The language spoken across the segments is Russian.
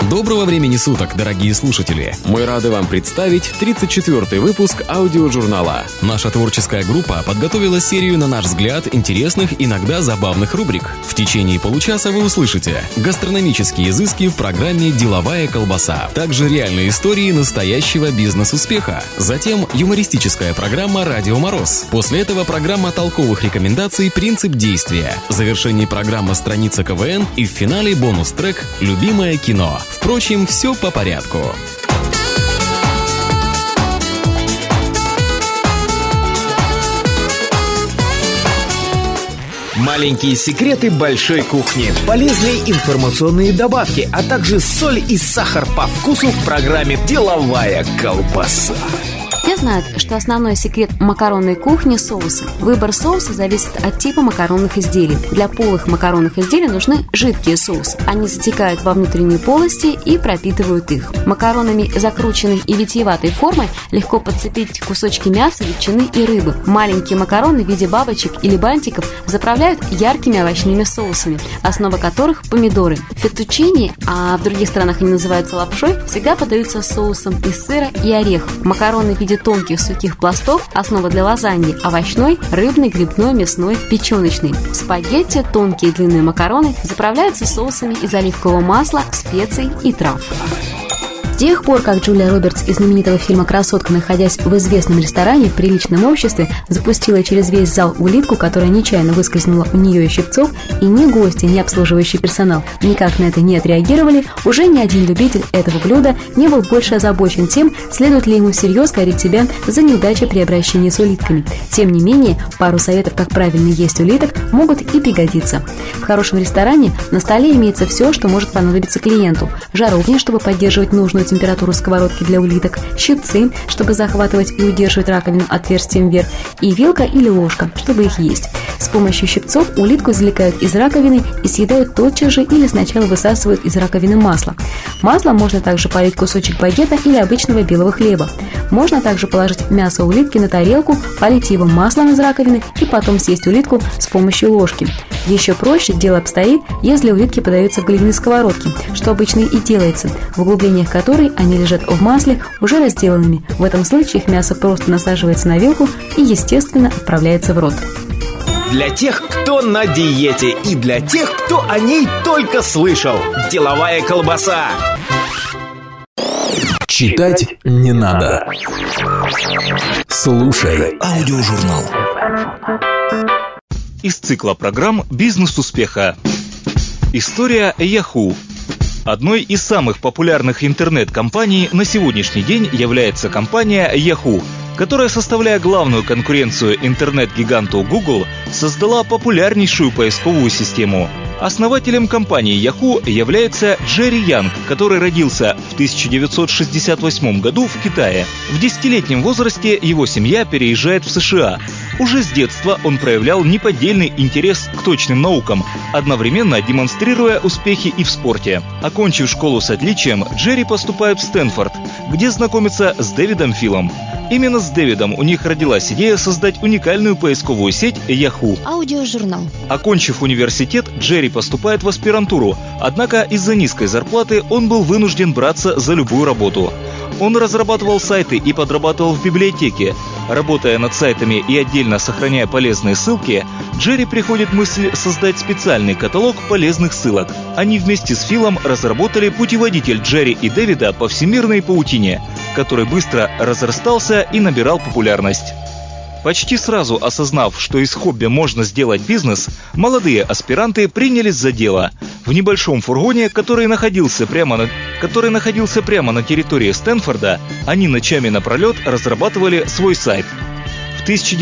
Доброго времени суток, дорогие слушатели! Мы рады вам представить 34-й выпуск аудиожурнала. Наша творческая группа подготовила серию, на наш взгляд, интересных, иногда забавных рубрик. В течение получаса вы услышите гастрономические изыски в программе «Деловая колбаса», также реальные истории настоящего бизнес-успеха, затем юмористическая программа «Радио Мороз». После этого программа толковых рекомендаций «Принцип действия». В завершении программа «Страница КВН» и в финале бонус-трек «Любимое кино». Впрочем, все по порядку. Маленькие секреты большой кухни, полезные информационные добавки, а также соль и сахар по вкусу в программе «Деловая колбаса». Все знают, что основной секрет макаронной кухни – соусы. Выбор соуса зависит от типа макаронных изделий. Для полых макаронных изделий нужны жидкие соусы. Они затекают во внутренние полости и пропитывают их. Макаронами закрученной и витиеватой формой легко подцепить кусочки мяса, ветчины и рыбы. Маленькие макароны в виде бабочек или бантиков заправляют яркими овощными соусами, основа которых – помидоры. Феттучини, а в других странах они называются лапшой, всегда подаются соусом из сыра и орехов. Макароны в виде тонких сухих пластов – основа для лазаньи – овощной, рыбный, грибной, мясной, печеночный. Спагетти, тонкие длинные макароны заправляются соусами из оливкового масла, специй и трав. С тех пор, как Джулия Робертс из знаменитого фильма «Красотка», находясь в известном ресторане в приличном обществе, запустила через весь зал улитку, которая нечаянно выскользнула у нее из щипцов, и ни гости, ни обслуживающий персонал никак на это не отреагировали, уже ни один любитель этого блюда не был больше озабочен тем, следует ли ему всерьез корить себя за неудачи при обращении с улитками. Тем не менее, пару советов, как правильно есть улиток, могут и пригодиться. В хорошем ресторане на столе имеется все, что может понадобиться клиенту: жаровня, чтобы поддерживать нужную температуру сковородки для улиток, щипцы, чтобы захватывать и удерживать раковину отверстием вверх, и вилка или ложка, чтобы их есть. С помощью щипцов улитку извлекают из раковины и съедают тотчас же или сначала высасывают из раковины масло. Маслом можно также полить кусочек багета или обычного белого хлеба. Можно также положить мясо улитки на тарелку, полить его маслом из раковины и потом съесть улитку с помощью ложки. Еще проще дело обстоит, если улитки подаются в глиняной сковородке, что обычно и делается, в углублениях которой они лежат в масле уже разделанными. В этом случае их мясо просто насаживается на вилку и, естественно, отправляется в рот. Для тех, кто на диете, и для тех, кто о ней только слышал. Деловая колбаса. Читать не надо. Слушай аудиожурнал. Из цикла программ «Бизнес успеха». История Yahoo. Одной из самых популярных интернет-компаний на сегодняшний день является компания Yahoo, которая, составляя главную конкуренцию интернет-гиганту Google, создала популярнейшую поисковую систему. Основателем компании Yahoo является Джерри Янг, который родился в 1968 году в Китае. В 10-летнем возрасте его семья переезжает в США. Уже с детства он проявлял неподдельный интерес к точным наукам, одновременно демонстрируя успехи и в спорте. Окончив школу с отличием, Джерри поступает в Стэнфорд, где знакомится с Дэвидом Филом. Именно с Дэвидом у них родилась идея создать уникальную поисковую сеть Yahoo. Аудиожурнал. Окончив университет, Джерри поступает в аспирантуру, однако из-за низкой зарплаты он был вынужден браться за любую работу. Он разрабатывал сайты и подрабатывал в библиотеке. Работая над сайтами и отдельно сохраняя полезные ссылки, Джерри приходит мысль создать специальный каталог полезных ссылок. Они вместе с Филом разработали путеводитель Джерри и Дэвида по всемирной паутине, который быстро разрастался и набирал популярность. Почти сразу осознав, что из хобби можно сделать бизнес, молодые аспиранты принялись за дело. В небольшом фургоне, который находился прямо на территории Стэнфорда, они ночами напролет разрабатывали свой сайт. В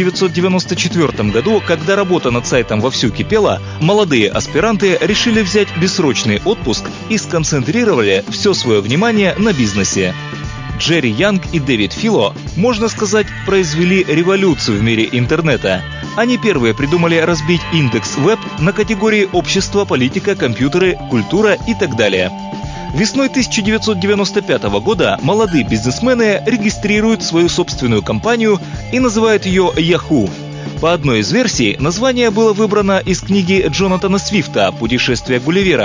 1994 году, когда работа над сайтом вовсю кипела, молодые аспиранты решили взять бессрочный отпуск и сконцентрировали все свое внимание на бизнесе. Джерри Янг и Дэвид Фило, можно сказать, произвели революцию в мире интернета. Они первые придумали разбить индекс веб на категории общество, политика, компьютеры, культура и так далее. Весной 1995 года молодые бизнесмены регистрируют свою собственную компанию и называют ее Yahoo. По одной из версий, название было выбрано из книги Джонатана Свифта «Путешествие Гулливера»,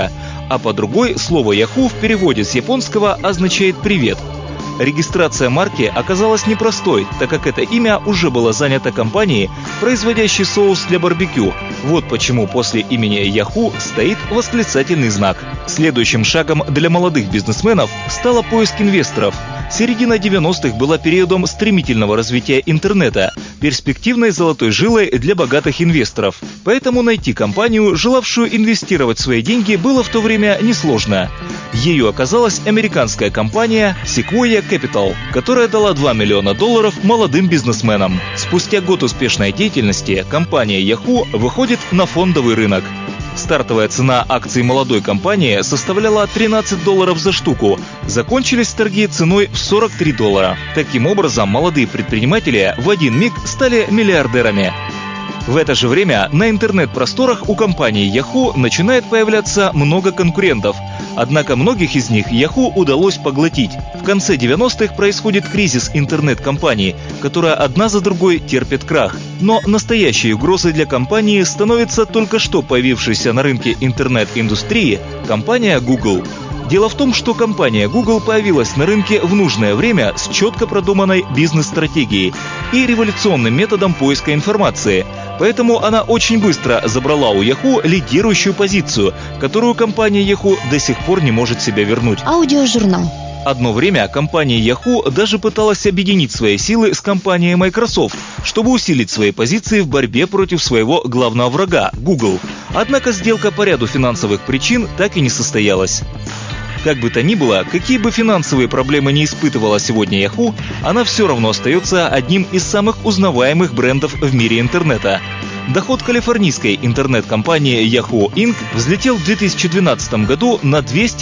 а по другой слово Yahoo в переводе с японского означает «привет». Регистрация марки оказалась непростой, так как это имя уже было занято компанией, производящей соус для барбекю. Вот почему после имени Yahoo стоит восклицательный знак. Следующим шагом для молодых бизнесменов стало поиск инвесторов. Середина 90-х была периодом стремительного развития интернета, перспективной золотой жилой для богатых инвесторов. Поэтому найти компанию, желавшую инвестировать свои деньги, было в то время несложно. Ею оказалась американская компания Sequoia Capital, которая дала $2 миллиона молодым бизнесменам. Спустя год успешной деятельности компания Yahoo выходит на фондовый рынок. Стартовая цена акций молодой компании составляла $13 за штуку. Закончились торги ценой в $43. Таким образом, молодые предприниматели в один миг стали миллиардерами. В это же время на интернет-просторах у компании Yahoo начинает появляться много конкурентов. Однако многих из них Yahoo удалось поглотить. В конце 90-х происходит кризис интернет-компаний, которая одна за другой терпит крах. Но настоящей угрозой для компании становится только что появившаяся на рынке интернет-индустрии компания Google. Дело в том, что компания Google появилась на рынке в нужное время с четко продуманной бизнес-стратегией и революционным методом поиска информации. Поэтому она очень быстро забрала у Yahoo лидирующую позицию, которую компания Yahoo до сих пор не может себе вернуть. Аудиожурнал. Одно время компания Yahoo даже пыталась объединить свои силы с компанией Microsoft, чтобы усилить свои позиции в борьбе против своего главного врага – Google. Однако сделка по ряду финансовых причин так и не состоялась. Как бы то ни было, какие бы финансовые проблемы не испытывала сегодня Yahoo, она все равно остается одним из самых узнаваемых брендов в мире интернета. Доход калифорнийской интернет-компании Yahoo Inc. взлетел в 2012 году на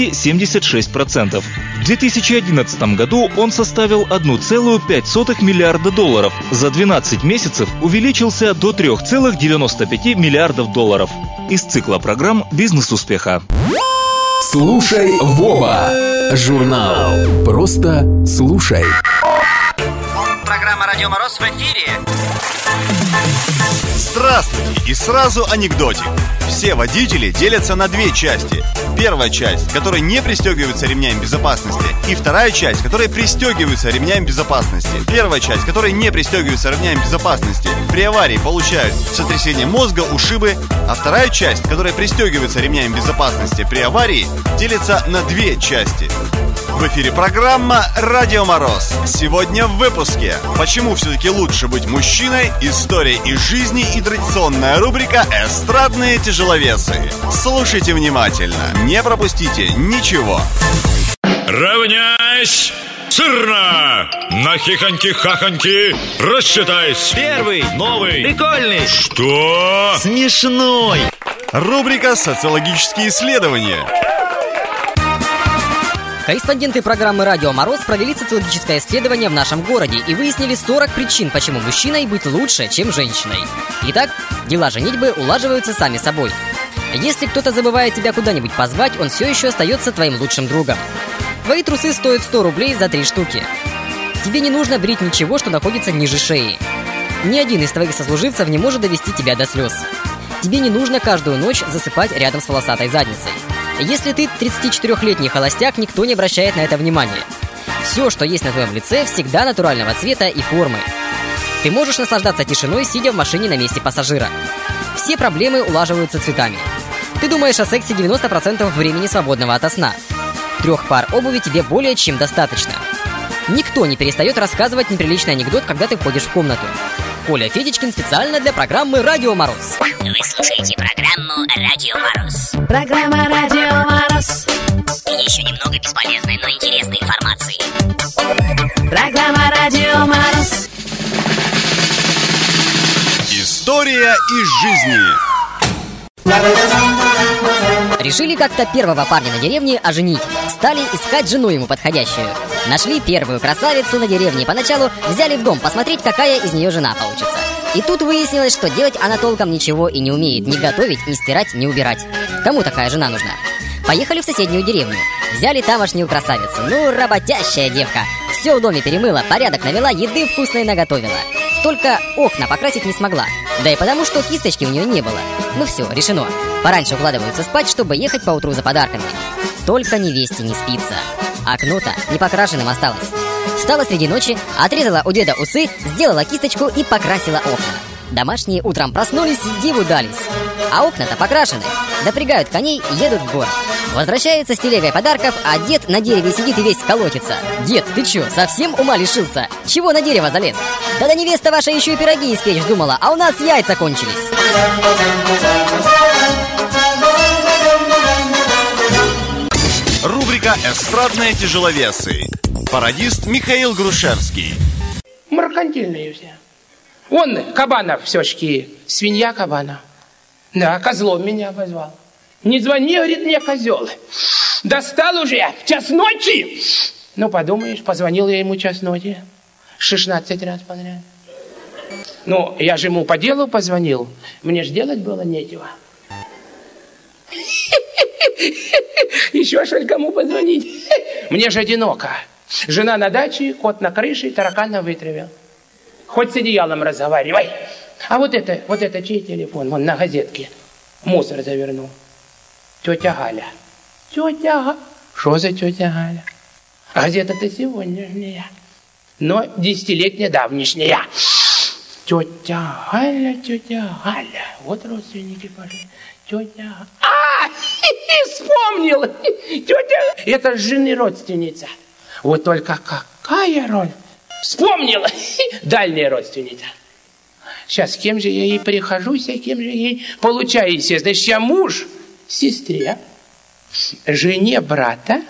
276%. В 2011 году он составил $1,5 миллиарда. За 12 месяцев увеличился до $3,95 миллиардов. Из цикла программ «Бизнес успеха». Слушай, Вова! Журнал. Просто слушай. Программа «Радио Мороз» в эфире. Здравствуйте! И сразу анекдотик. Все водители делятся на две части. Первая часть, которая не пристегивается ремнями безопасности, и вторая часть, которая пристегивается ремнями безопасности. Первая часть, которая не пристегивается ремнями безопасности, при аварии получают сотрясение мозга, ушибы, а вторая часть, которая пристегивается ремнями безопасности при аварии, делится на две части. В эфире программа «Радио Мороз». Сегодня в выпуске: почему все-таки лучше быть мужчиной, история из жизни и традиционная рубрика «Эстрадные тяжеловесы». Слушайте внимательно, не пропустите ничего. Равняйсь! Сырно! На хихоньки-хахоньки рассчитайся! Первый, новый, прикольный, что? смешной. Рубрика «Социологические исследования». Корреспонденты программы «Радио Мороз» провели социологическое исследование в нашем городе и выяснили 40 причин, почему мужчиной быть лучше, чем женщиной. Итак, дела женитьбы улаживаются сами собой. Если кто-то забывает тебя куда-нибудь позвать, он все еще остается твоим лучшим другом. Твои трусы стоят 100 рублей за 3 штуки. Тебе не нужно брить ничего, что находится ниже шеи. Ни один из твоих сослуживцев не может довести тебя до слез. Тебе не нужно каждую ночь засыпать рядом с волосатой задницей. Если ты 34-летний холостяк, никто не обращает на это внимания. Все, что есть на твоем лице, всегда натурального цвета и формы. Ты можешь наслаждаться тишиной, сидя в машине на месте пассажира. Все проблемы улаживаются цветами. Ты думаешь о сексе 90% времени, свободного ото сна. 3 пар обуви тебе более чем достаточно. Никто не перестает рассказывать неприличный анекдот, когда ты входишь в комнату. Коля Федичкин специально для программы «Радио Мороз». Вы слушаете программу «Радио Мороз». Программа «Радио Мороз». И еще немного бесполезной, но интересной информации. Программа «Радио Мороз». История из жизни. Решили как-то первого парня на деревне оженить. Стали искать жену ему подходящую. Нашли первую красавицу на деревне. Поначалу взяли в дом посмотреть, какая из нее жена получится. И тут выяснилось, что делать она толком ничего и не умеет. Ни готовить, ни стирать, ни убирать. Кому такая жена нужна? Поехали в соседнюю деревню. Взяли тамошнюю красавицу. Ну, работящая девка. Все в доме перемыла, порядок навела, еды вкусной наготовила. Только окна покрасить не смогла. Да и потому, что кисточки у нее не было. Ну все, решено. Пораньше укладываются спать, чтобы ехать поутру за подарками. Только невесте не спится. Окно-то не покрашенным осталось. Встала среди ночи, отрезала у деда усы, сделала кисточку и покрасила окна. Домашние утром проснулись, диву дались. А окна-то покрашены. Запрягают коней, едут в город. Возвращаются с телегой подарков, а дед на дереве сидит и весь колотится. Дед, ты чё, совсем ума лишился? Чего на дерево залез? Да невеста ваша еще и пироги испечь вздумала, а у нас яйца кончились. Рубрика «Эстрадные тяжеловесы». Пародист Михаил Грушевский. Меркантильные все. Он, Кабанов, все-таки, свинья Кабанов. Да, козлом меня позвал. Не звони, говорит, мне, козел. Достал уже, час ночи. Ну, подумаешь, позвонил я ему час ночи. 16 раз подряд. Ну, я же ему по делу позвонил. Мне ж делать было нечего. Еще что ли кому позвонить? Мне же одиноко. Жена на даче, кот на крыше, таракана вытравил. Хоть с одеялом разговаривай. А вот это чей телефон? Вон на газетке. Мусор завернул. Тетя Галя. Тетя Галя. Что за тетя Галя? Газета-то сегодняшняя. Но 10-летняя давнишняя. Тетя Галя. Вот родственники пошли. Тетя Галя. Вспомнил. Тетя. Это жены родственница. Вот только какая роль? Вспомнила. Дальняя родственница. Сейчас, с кем же я ей прихожусь, а кем же ей получаюсь? Значит, я муж сестре, жене брата,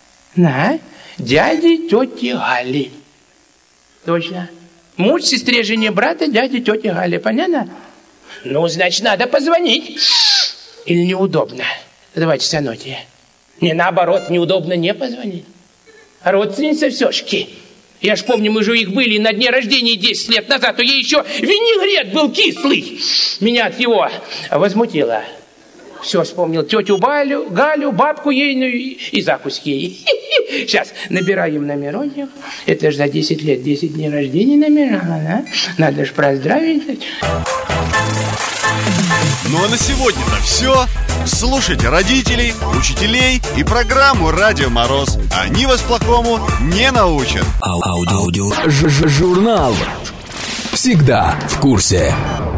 дяде тети Гали. Точно. Муж сестре, жене брата, дяде тети Гали. Понятно? Ну, значит, надо позвонить. Или неудобно? Давайте соноте. Не, наоборот, неудобно не позвонить. Родственница все-таки. Я ж помню, мы же у них были на дне рождения 10 лет назад, то ей еще винегрет был кислый. Меня от его возмутило. Все вспомнил. Тетю Галю, бабку ейную и закуски ей. Сейчас набираем номерочек. Это ж за 10 лет, 10 дней рождения набирала, да? Надо ж поздравить. Ну а на сегодня-то все. Слушайте родителей, учителей и программу «Радио Мороз». Они вас плохому не научат. Журнал. Всегда в курсе.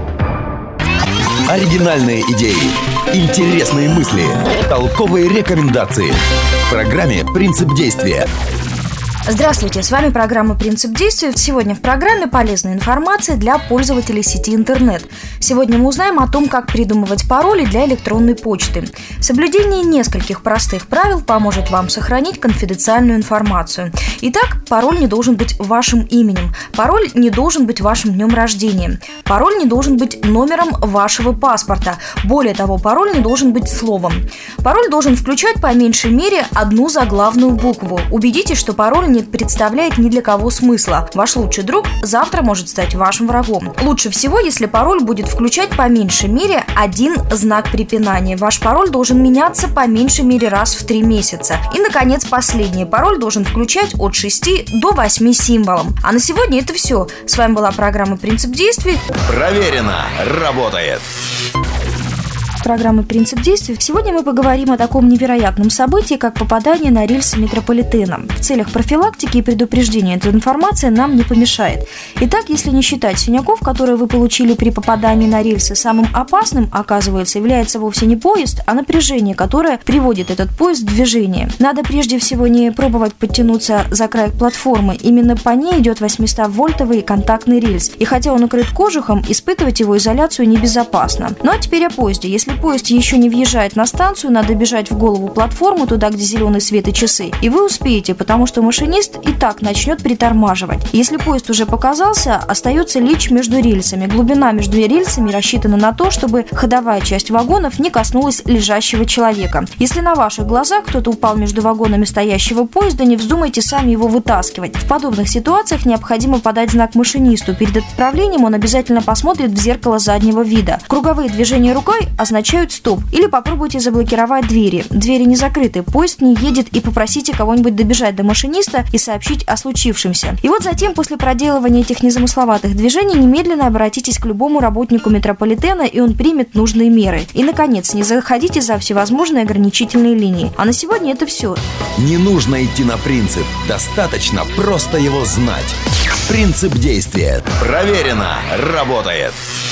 Оригинальные идеи, интересные мысли, толковые рекомендации. В программе «Принцип действия». Здравствуйте, с вами программа «Принцип действия». Сегодня в программе полезная информация для пользователей сети интернет. Сегодня мы узнаем о том, как придумывать пароли для электронной почты. Соблюдение нескольких простых правил поможет вам сохранить конфиденциальную информацию. Итак, пароль не должен быть вашим именем. Пароль не должен быть вашим днем рождения. Пароль не должен быть номером вашего паспорта. Более того, пароль не должен быть словом. Пароль должен включать по меньшей мере одну заглавную букву. Убедитесь, что пароль не представляет ни для кого смысла. Ваш лучший друг завтра может стать вашим врагом. Лучше всего, если пароль будет включать по меньшей мере один знак препинания. Ваш пароль должен меняться по меньшей мере раз в 3 месяца. И, наконец, последний. Пароль должен включать от 6 до 8 символов. А на сегодня это все. С вами была программа «Принцип действий». Проверено. Работает. Программы «Принцип действий». Сегодня мы поговорим о таком невероятном событии, как попадание на рельсы метрополитена. В целях профилактики и предупреждения эта информация нам не помешает. Итак, если не считать синяков, которые вы получили при попадании на рельсы, самым опасным, оказывается, является вовсе не поезд, а напряжение, которое приводит этот поезд в движение. Надо прежде всего не пробовать подтянуться за край платформы. Именно по ней идет 800-вольтовый контактный рельс. И хотя он укрыт кожухом, испытывать его изоляцию небезопасно. Ну а теперь о поезде. Если поезд еще не въезжает на станцию, надо бежать в голову платформы, туда, где зеленый свет и часы. И вы успеете, потому что машинист и так начнет притормаживать. Если поезд уже показался, остается лечь между рельсами. Глубина между рельсами рассчитана на то, чтобы ходовая часть вагонов не коснулась лежащего человека. Если на ваших глазах кто-то упал между вагонами стоящего поезда, не вздумайте сами его вытаскивать. В подобных ситуациях необходимо подать знак машинисту. Перед отправлением он обязательно посмотрит в зеркало заднего вида. Круговые движения рукой означают означают «стоп». Или попробуйте заблокировать двери. Двери не закрыты, поезд не едет, и попросите кого-нибудь добежать до машиниста и сообщить о случившемся. И вот затем, после проделывания этих незамысловатых движений, немедленно обратитесь к любому работнику метрополитена, и он примет нужные меры. И, наконец, не заходите за всевозможные ограничительные линии. А на сегодня это все. Не нужно идти на принцип, достаточно просто его знать. Принцип действия. Проверено. Работает.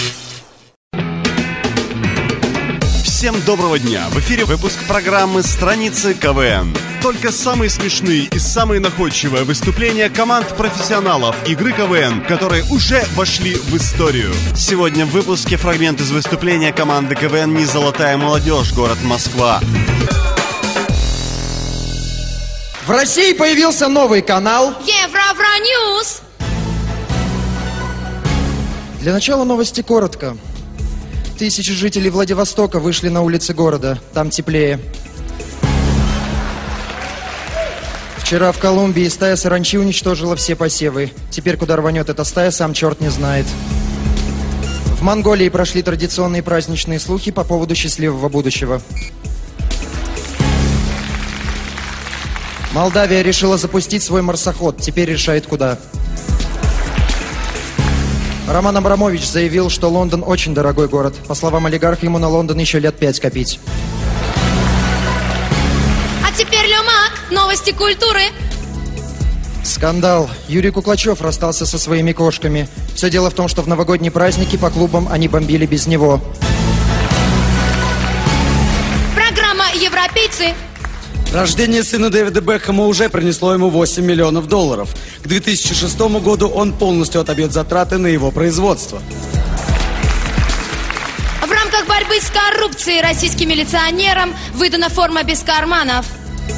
Всем доброго дня! В эфире выпуск программы «Страницы КВН». Только самые смешные и самые находчивые выступления команд профессионалов игры КВН, которые уже вошли в историю. Сегодня в выпуске фрагмент из выступления команды КВН «Не золотая молодежь», город Москва. В России появился новый канал Евровроньюз. Для начала новости коротко. Тысячи жителей Владивостока вышли на улицы города. Там теплее. Вчера в Колумбии стая саранчи уничтожила все посевы. Теперь куда рванет эта стая, сам черт не знает. В Монголии прошли традиционные праздничные слухи по поводу счастливого будущего. Молдавия решила запустить свой марсоход. Теперь решает куда. Роман Абрамович заявил, что Лондон очень дорогой город. По словам олигарха, ему на Лондон еще лет 5 копить. А теперь Люмак. Новости культуры. Скандал. Юрий Куклачев расстался со своими кошками. Все дело в том, что в новогодние праздники по клубам они бомбили без него. Программа «Европейцы». Рождение сына Дэвида Бекхэма уже принесло ему $8 миллионов. К 2006 году он полностью отобьет затраты на его производство. В рамках борьбы с коррупцией российским милиционерам выдана форма без карманов.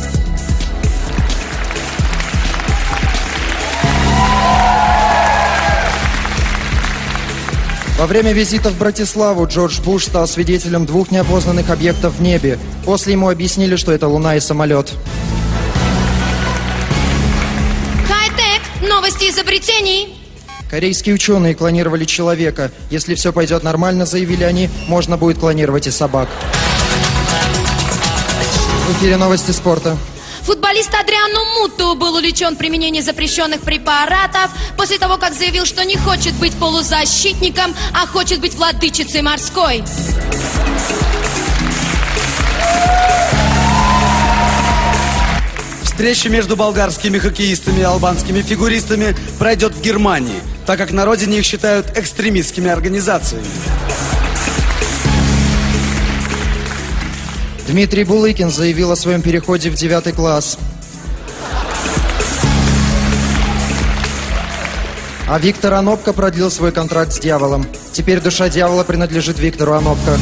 Во время визита в Братиславу Джордж Буш стал свидетелем 2 неопознанных объектов в небе. После ему объяснили, что это Луна и самолет. Хай-тек. Новости изобретений. Корейские ученые клонировали человека. Если все пойдет нормально, заявили они, можно будет клонировать и собак. В эфире новости спорта. Футболист Адриано Мутту был увлечен применением запрещенных препаратов после того, как заявил, что не хочет быть полузащитником, а хочет быть владычицей морской. Встреча между болгарскими хоккеистами и албанскими фигуристами пройдет в Германии, так как на родине их считают экстремистскими организациями. Дмитрий Булыкин заявил о своем переходе в 9 класс. А Виктор Анопко продлил свой контракт с дьяволом. Теперь душа дьявола принадлежит Виктору Анопко.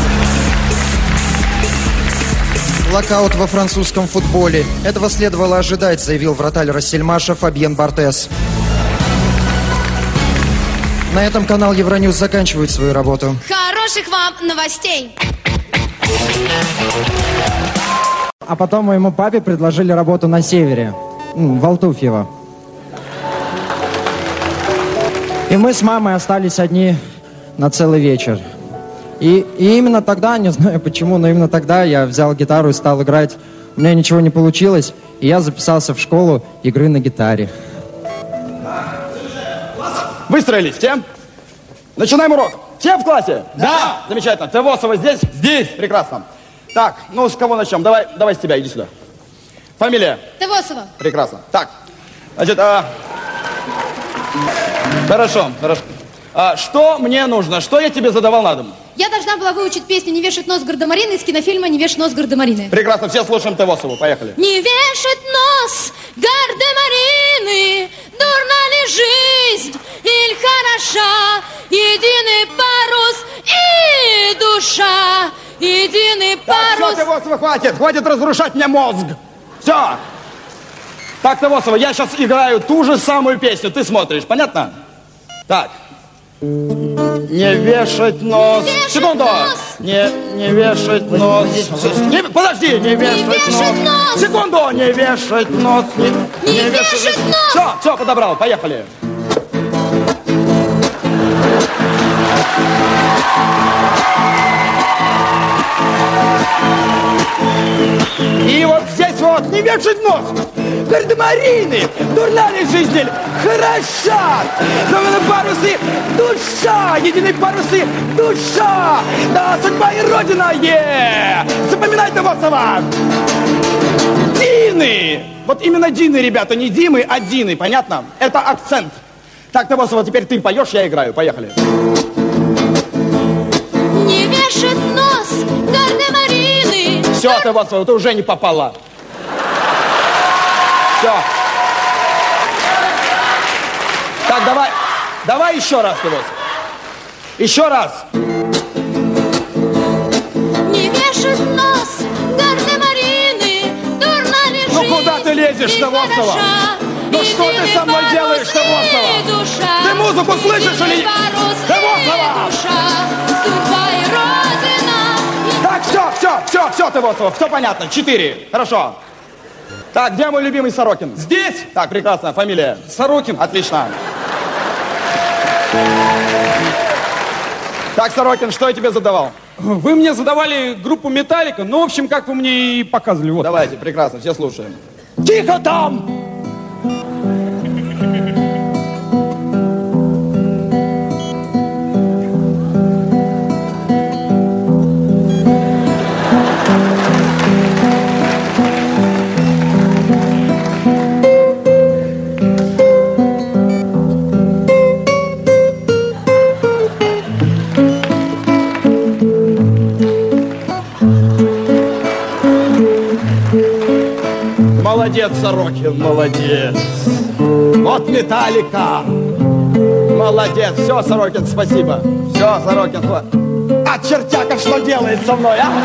Локаут во французском футболе. Этого следовало ожидать, заявил вратарь Рассельмаша Фабьен Бартес. На этом канал Евроньюз заканчивает свою работу. Хороших вам новостей! А потом моему папе предложили работу на севере, в Алтуфьево. И мы с мамой остались одни на целый вечер. И именно тогда, не знаю почему, но именно тогда я взял гитару и стал играть. У меня ничего не получилось, и я записался в школу игры на гитаре. Выстроились, все? Начинаем урок. Все в классе? Да. Замечательно. Тевосова здесь? Здесь. Прекрасно. Так, ну с кого начнем? Давай с тебя, иди сюда. Фамилия? Тевосова. Прекрасно. Так, значит, хорошо. Что мне нужно? Что я тебе задавал на дом? Я должна была выучить песню «Не вешать нос гардемарины» из кинофильма «Не вешать нос гардемарины». Прекрасно, все слушаем Тевосову. Поехали. Не вешать нос гардемарины, дурна ли жизнь или хороша, единый парус и душа, единый парус. Так, все, Тевосова, хватит разрушать мне мозг. Все. Так, Тевосова, я сейчас играю ту же самую песню, ты смотришь, понятно? Так. Не вешать нос. Секунду. Не вешать нос. Подожди, не вешать нос. Секунду, не вешать нос. Не вешать нос. Все, подобрал, поехали. И вот здесь вот не вешать нос. Гардемарины, дурна ли жизнь, хороша. Новые парусы, душа, единые парусы, душа. Да, судьба и родина, Запоминайте, Восова. Дины. Вот именно Дины, ребята, не Димы, а Дины, понятно? Это акцент. Так, Тавосова, теперь ты поешь, я играю. Поехали. Не вешает нос гардемарины. Все, Тавосова, ты уже не попала. Все. Так, давай еще раз, Тавосова. Еще раз. Не вешает нос гардемарины. Дурна ли жизнь? Ну куда ты лезешь, Тавосова? Ну что ты со мной делаешь, Тавосова? Ты музыку слышишь или нет? Тавосова! Так, все, Тавосова, все понятно. 4. Хорошо. Так, где мой любимый Сорокин? Здесь? Так, прекрасно. Фамилия? Сорокин. Отлично. Так, Сорокин, что я тебе задавал? Вы мне задавали группу «Металлика», ну, в общем, как вы мне и показывали. Вот. Давайте, прекрасно, все слушаем. Тихо там! Молодец, Сорокин, молодец. Вот Металлика. Молодец. Все, Сорокин, спасибо. Все, Сорокин, хватит. А чертяка что делает со мной, а?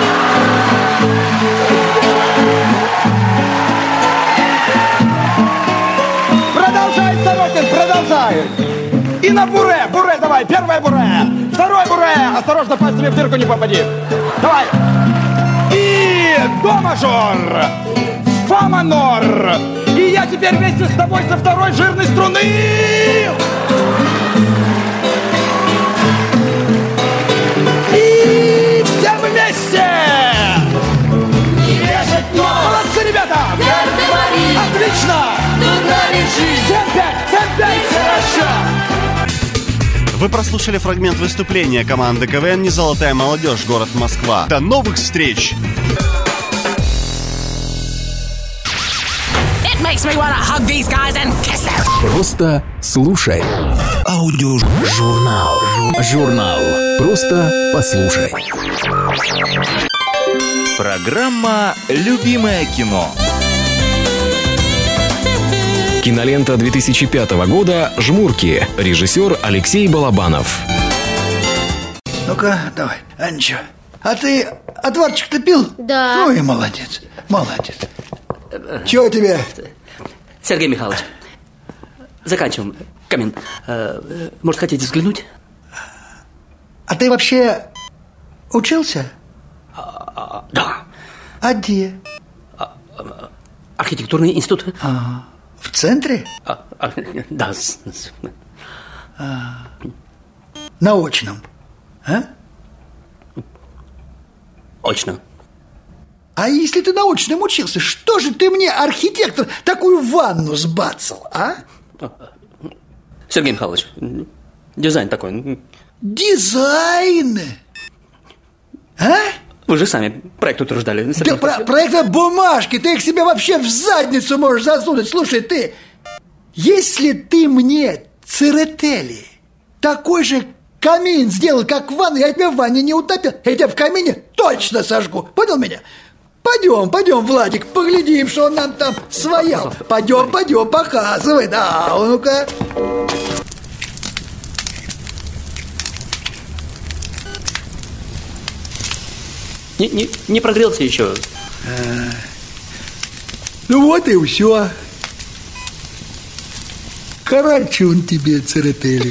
Продолжай, Сорокин, продолжай. И на буре, буре давай. Первое буре. Второе буре. Осторожно, пальцами в дырку не попади. Давай. И до мажор. Фа минор. И я теперь вместе с тобой со второй жирной струны. И все вместе. Молодцы, ребята. Отлично. 7-5, хорошо. Вы прослушали фрагмент выступления команды КВН «Незолотая молодежь», город Москва. До новых встреч! Просто слушай. Аудиожурнал. Журнал. Просто послушай. Программа «Любимое кино». Кинолента 2005 года «Жмурки». Режиссер Алексей Балабанов. Ну-ка, давай, Анечка. А ты отварчик-то пил? Да. Ну и молодец, молодец. Чего тебе? Сергей Михайлович, заканчиваем. Камин, может, хотите взглянуть? А ты вообще учился? Да. А где? Архитектурный институт. В центре? Да. На очном, а? Очно. А если ты на очном учился, что же ты мне, архитектор, такую ванну сбацал, а? Сергей Михайлович, дизайн такой. Дизайн? А? Вы же сами проект утверждали. Да проект бумажки, ты их себе вообще в задницу можешь засунуть. Слушай, ты, если ты мне Церетели такой же камин сделал, как в ванной, я тебя в ванне не утопил, я тебя в камине точно сожгу. Понял меня? Пойдем, Владик, поглядим, что он нам там своял. Пойдем, показывай, да, ну-ка. Не прогрелся еще. Ну вот и все. Карачун тебе, Церетели.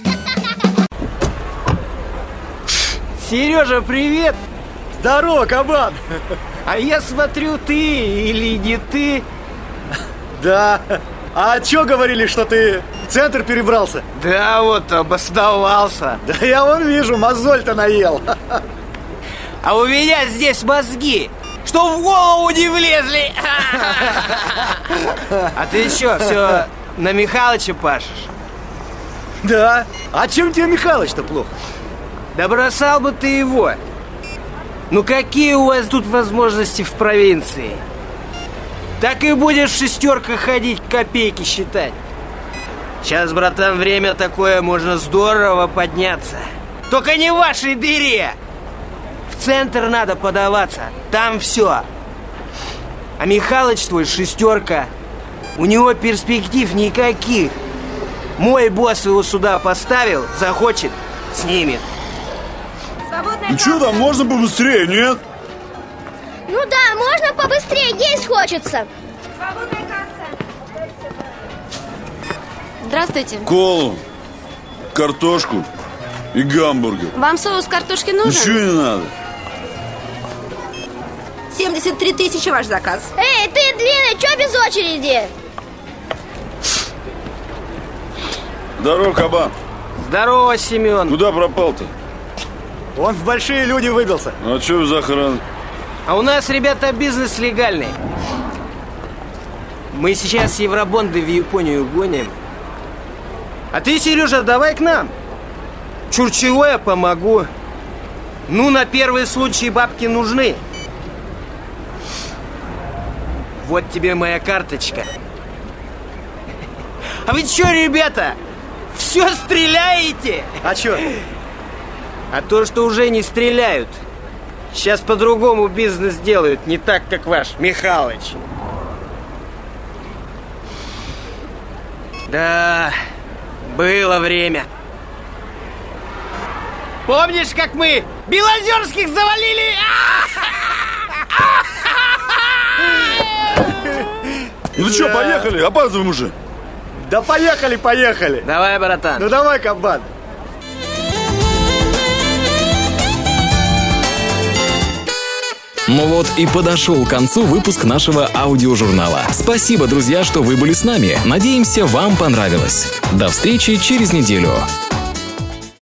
Сережа, привет! Здорово, кабан! А я смотрю, ты или не ты? Да. А чё говорили, что ты в центр перебрался? Да вот, обосновался. Да я вон вижу, мозоль-то наел. А у меня здесь мозги, что в голову не влезли. А ты что, все на Михалыча пашешь? Да. А чем тебе Михалыч-то плохо? Да бросал бы ты его. Ну какие у вас тут возможности в провинции? Так и будешь в шестерках ходить, копейки считать. Сейчас, братан, время такое, можно здорово подняться. Только не в вашей дыре. В центр надо подаваться, там все. А Михалыч твой шестерка. У него перспектив никаких. Мой босс его сюда поставил, захочет, снимет. Ну что там, можно побыстрее, нет? Ну да, можно побыстрее, есть хочется. Свободная касса. Здравствуйте. Колу, картошку и гамбургер. Вам соус картошки нужен? Ничего не надо. 73 тысячи ваш заказ. Эй, ты длинный, что без очереди? Здорово, кабан. Здорово, Семен. Куда пропал-то? Он в большие люди выбился. А что за охрана? А у нас, ребята, бизнес легальный. Мы сейчас евробонды в Японию гоним. А ты, Сережа, давай к нам. Чур чего, я помогу. Ну, на первый случай бабки нужны. Вот тебе моя карточка. А вы что, ребята, все стреляете? А что? А то, что уже не стреляют. Сейчас по-другому бизнес делают, не так, как ваш Михалыч. Да, было время. Помнишь, как мы Белозерских завалили? Ну что, поехали, опаздываем уже. Да поехали. Давай, братан. Ну давай, кабан. Ну вот и подошел к концу выпуск нашего аудиожурнала. Спасибо, друзья, что вы были с нами. Надеемся, вам понравилось. До встречи через неделю.